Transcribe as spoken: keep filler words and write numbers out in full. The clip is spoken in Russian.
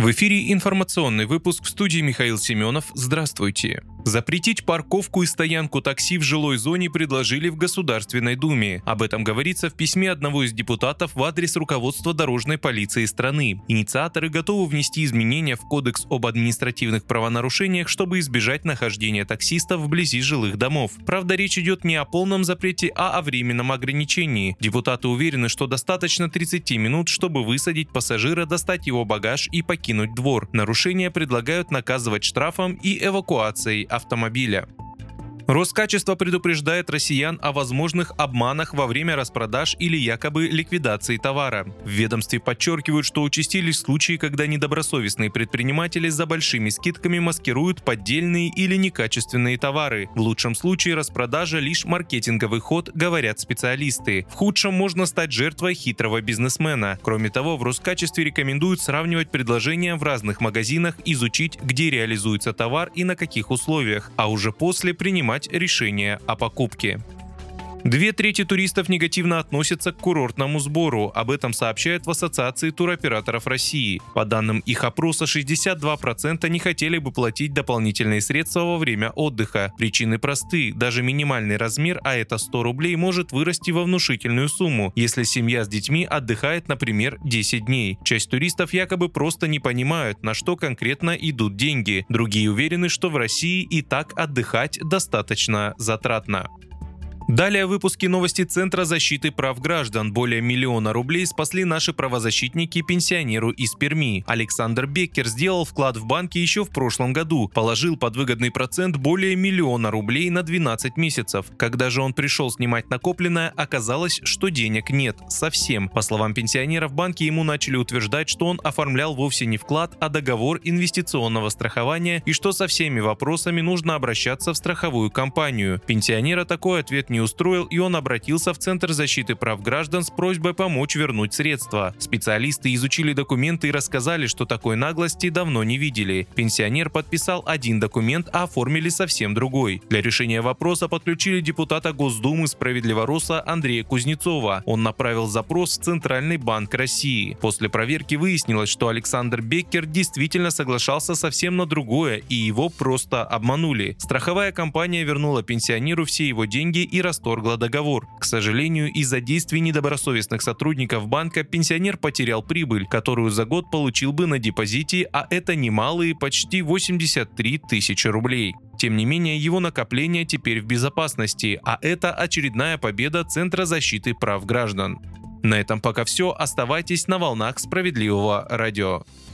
В эфире информационный выпуск, в студии Михаил Семенов. Здравствуйте. Запретить парковку и стоянку такси в жилой зоне предложили в Государственной Думе. Об этом говорится в письме одного из депутатов в адрес руководства дорожной полиции страны. Инициаторы готовы внести изменения в Кодекс об административных правонарушениях, чтобы избежать нахождения таксистов вблизи жилых домов. Правда, речь идет не о полном запрете, а о временном ограничении. Депутаты уверены, что достаточно тридцати минут, чтобы высадить пассажира, достать его багаж и покинуть двор. Нарушения предлагают наказывать штрафом и эвакуацией автомобиля. Роскачество предупреждает россиян о возможных обманах во время распродаж или якобы ликвидации товара. В ведомстве подчеркивают, что участились случаи, когда недобросовестные предприниматели за большими скидками маскируют поддельные или некачественные товары. В лучшем случае распродажа лишь маркетинговый ход, говорят специалисты. В худшем можно стать жертвой хитрого бизнесмена. Кроме того, в Роскачестве рекомендуют сравнивать предложения в разных магазинах, изучить, где реализуется товар и на каких условиях, а уже после принимать решение о покупке. Две трети туристов негативно относятся к курортному сбору. Об этом сообщают в Ассоциации туроператоров России. По данным их опроса, шестьдесят два процента не хотели бы платить дополнительные средства во время отдыха. Причины просты. Даже минимальный размер, а это сто рублей, может вырасти во внушительную сумму, если семья с детьми отдыхает, например, десять дней. Часть туристов якобы просто не понимают, на что конкретно идут деньги. Другие уверены, что в России и так отдыхать достаточно затратно. Далее в выпуске новости Центра защиты прав граждан. Более миллиона рублей спасли наши правозащитники пенсионеру из Перми. Александр Беккер сделал вклад в банке еще в прошлом году. Положил под выгодный процент более миллиона рублей на двенадцать месяцев. Когда же он пришел снимать накопленное, оказалось, что денег нет. Совсем. По словам пенсионера, в банке ему начали утверждать, что он оформлял вовсе не вклад, а договор инвестиционного страхования и что со всеми вопросами нужно обращаться в страховую компанию. Пенсионера такой ответ не устроил, и он обратился в Центр защиты прав граждан с просьбой помочь вернуть средства. Специалисты изучили документы и рассказали, что такой наглости давно не видели. Пенсионер подписал один документ, а оформили совсем другой. Для решения вопроса подключили депутата Госдумы Справедливороса Андрея Кузнецова. Он направил запрос в Центральный банк России. После проверки выяснилось, что Александр Беккер действительно соглашался совсем на другое, и его просто обманули. Страховая компания вернула пенсионеру все его деньги и расторгла договор. К сожалению, из-за действий недобросовестных сотрудников банка пенсионер потерял прибыль, которую за год получил бы на депозите, а это немалые почти восемьдесят три тысячи рублей. Тем не менее, его накопления теперь в безопасности, а это очередная победа Центра защиты прав граждан. На этом пока все. Оставайтесь на волнах Справедливого радио.